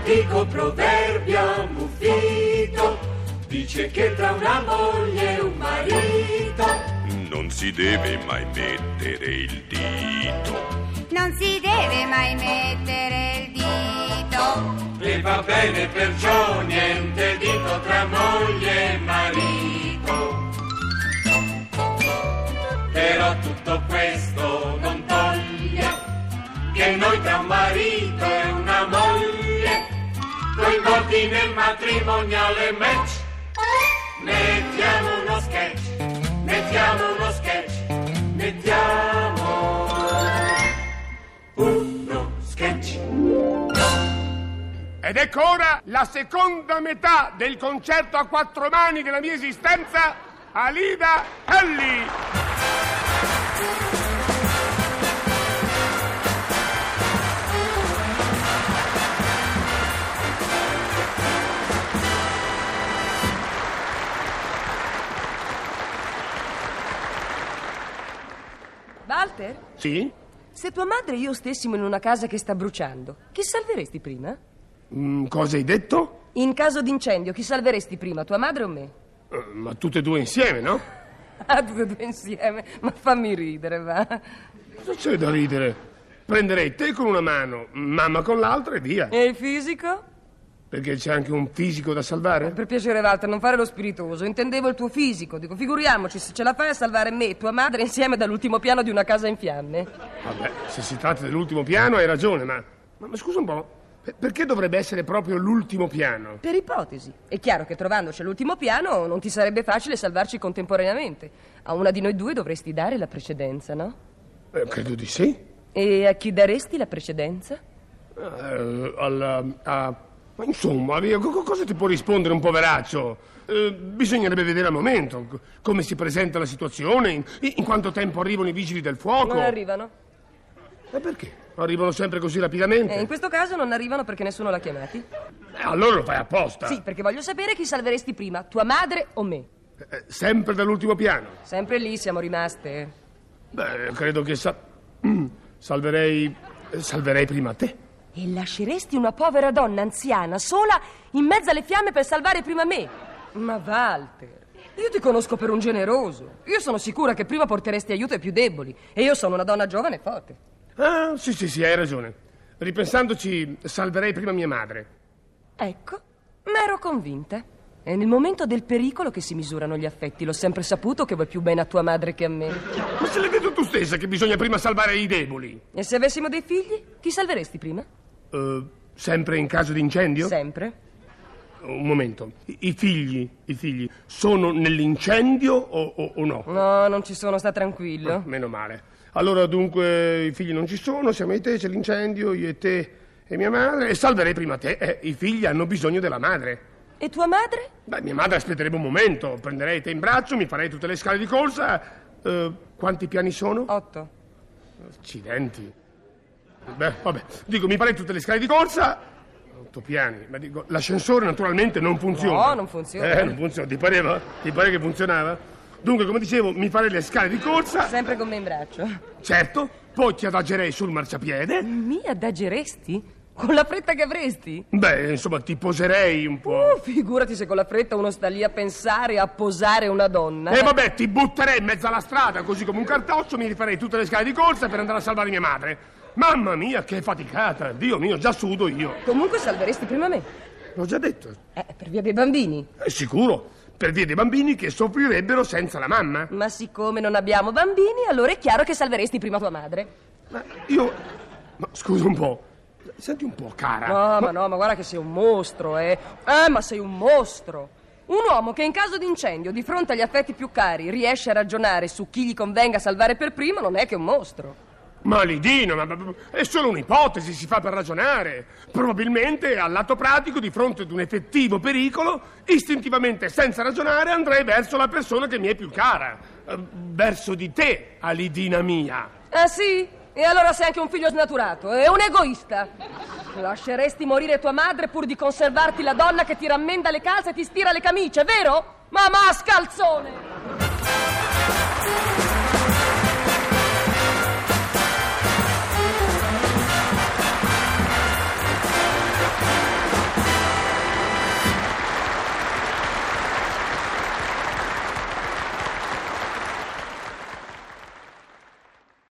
L'antico proverbio ammuffito dice che tra una moglie e un marito non si deve mai mettere il dito. Non si deve mai mettere il dito. E va bene perciò niente dito tra moglie e marito. Però tutto questo non toglie che noi tra un marito e una moglie, coinvolti nel matrimoniale match, mettiamo uno sketch. Ed ecco ora la seconda metà del concerto a quattro mani della mia esistenza, Alida Helly. Walter? Sì? Se tua madre e io stessimo in una casa che sta bruciando, chi salveresti prima? Cosa hai detto? In caso d'incendio, chi salveresti prima, tua madre o me? Ma tutte e due insieme, no? Ah, tutte e due insieme? Ma fammi ridere, va. Cosa c'è da ridere? Prenderei te con una mano, mamma con l'altra e via. E il fisico? Perché c'è anche un fisico da salvare? Per piacere, Walter, non fare lo spiritoso. Intendevo il tuo fisico. Dico, figuriamoci se ce la fai a salvare me e tua madre insieme dall'ultimo piano di una casa in fiamme. Vabbè, se si tratta dell'ultimo piano hai ragione, ma scusa un po'. Perché dovrebbe essere proprio l'ultimo piano? Per ipotesi. È chiaro che trovandoci all'ultimo piano non ti sarebbe facile salvarci contemporaneamente. A una di noi due dovresti dare la precedenza, no? Credo di sì. E a chi daresti la precedenza? Ma insomma, cosa ti può rispondere un poveraccio? Bisognerebbe vedere al momento come si presenta la situazione, in quanto tempo arrivano i vigili del fuoco. Non arrivano. E perché? Arrivano sempre così rapidamente? In questo caso non arrivano perché nessuno l'ha chiamati. Allora lo fai apposta. Sì, perché voglio sapere chi salveresti prima, tua madre o me. Sempre dall'ultimo piano? Sempre lì siamo rimaste. Beh, credo che salverei prima te. E lasceresti una povera donna anziana sola in mezzo alle fiamme per salvare prima me? Ma Walter, io ti conosco per un generoso. Io sono sicura che prima porteresti aiuto ai più deboli. E io sono una donna giovane e forte. Ah, sì, hai ragione. Ripensandoci, salverei prima mia madre. Ecco, m'ero convinta. È nel momento del pericolo che si misurano gli affetti. L'ho sempre saputo che vuoi più bene a tua madre che a me. Ma se l'hai detto tu stessa che bisogna prima salvare i deboli. E se avessimo dei figli, chi salveresti prima? Sempre in caso di incendio? Sempre. Un momento. I figli sono nell'incendio o no? No, non ci sono, sta tranquillo. Meno male. Allora dunque i figli non ci sono, siamo io e te, c'è l'incendio, io e te e mia madre, e salverei prima te. I figli hanno bisogno della madre. E tua madre? Beh, mia madre aspetterebbe un momento, prenderei te in braccio, mi farei tutte le scale di corsa. Quanti piani sono? 8. Accidenti. Beh, vabbè, dico, mi farei tutte le scale di corsa. 8 piani, ma dico, l'ascensore naturalmente non funziona. No, non funziona. Non funziona, ti pareva? Ti pare che funzionava? Dunque, come dicevo, mi farei le scale di corsa. Sempre con me in braccio. Certo, poi ti adagerei sul marciapiede. Mi adageresti? Con la fretta che avresti? Beh, insomma, ti poserei un po'. Figurati se con la fretta uno sta lì a pensare a posare una donna. E vabbè, ti butterei in mezzo alla strada, così come un cartoccio, mi rifarei tutte le scale di corsa per andare a salvare mia madre. Mamma mia, che faticata! Dio mio, già sudo io. Comunque salveresti prima me. L'ho già detto. Per via dei bambini. Sicuro, per via dei bambini che soffrirebbero senza la mamma. Ma siccome non abbiamo bambini, allora è chiaro che salveresti prima tua madre. Ma scusa un po'. Senti un po', cara. Ma guarda che sei un mostro, ma sei un mostro. Un uomo che in caso di incendio, di fronte agli affetti più cari, riesce a ragionare su chi gli convenga salvare per primo, non è che un mostro. Ma Lidino, ma è solo un'ipotesi, si fa per ragionare. Probabilmente, al lato pratico, di fronte ad un effettivo pericolo, istintivamente, senza ragionare, andrei verso la persona che mi è più cara. Verso di te, Alidina mia. Ah, sì? E allora sei anche un figlio snaturato, è un egoista. Lasceresti morire tua madre pur di conservarti la donna che ti rammenda le calze e ti stira le camicie, vero? Ma scalzone!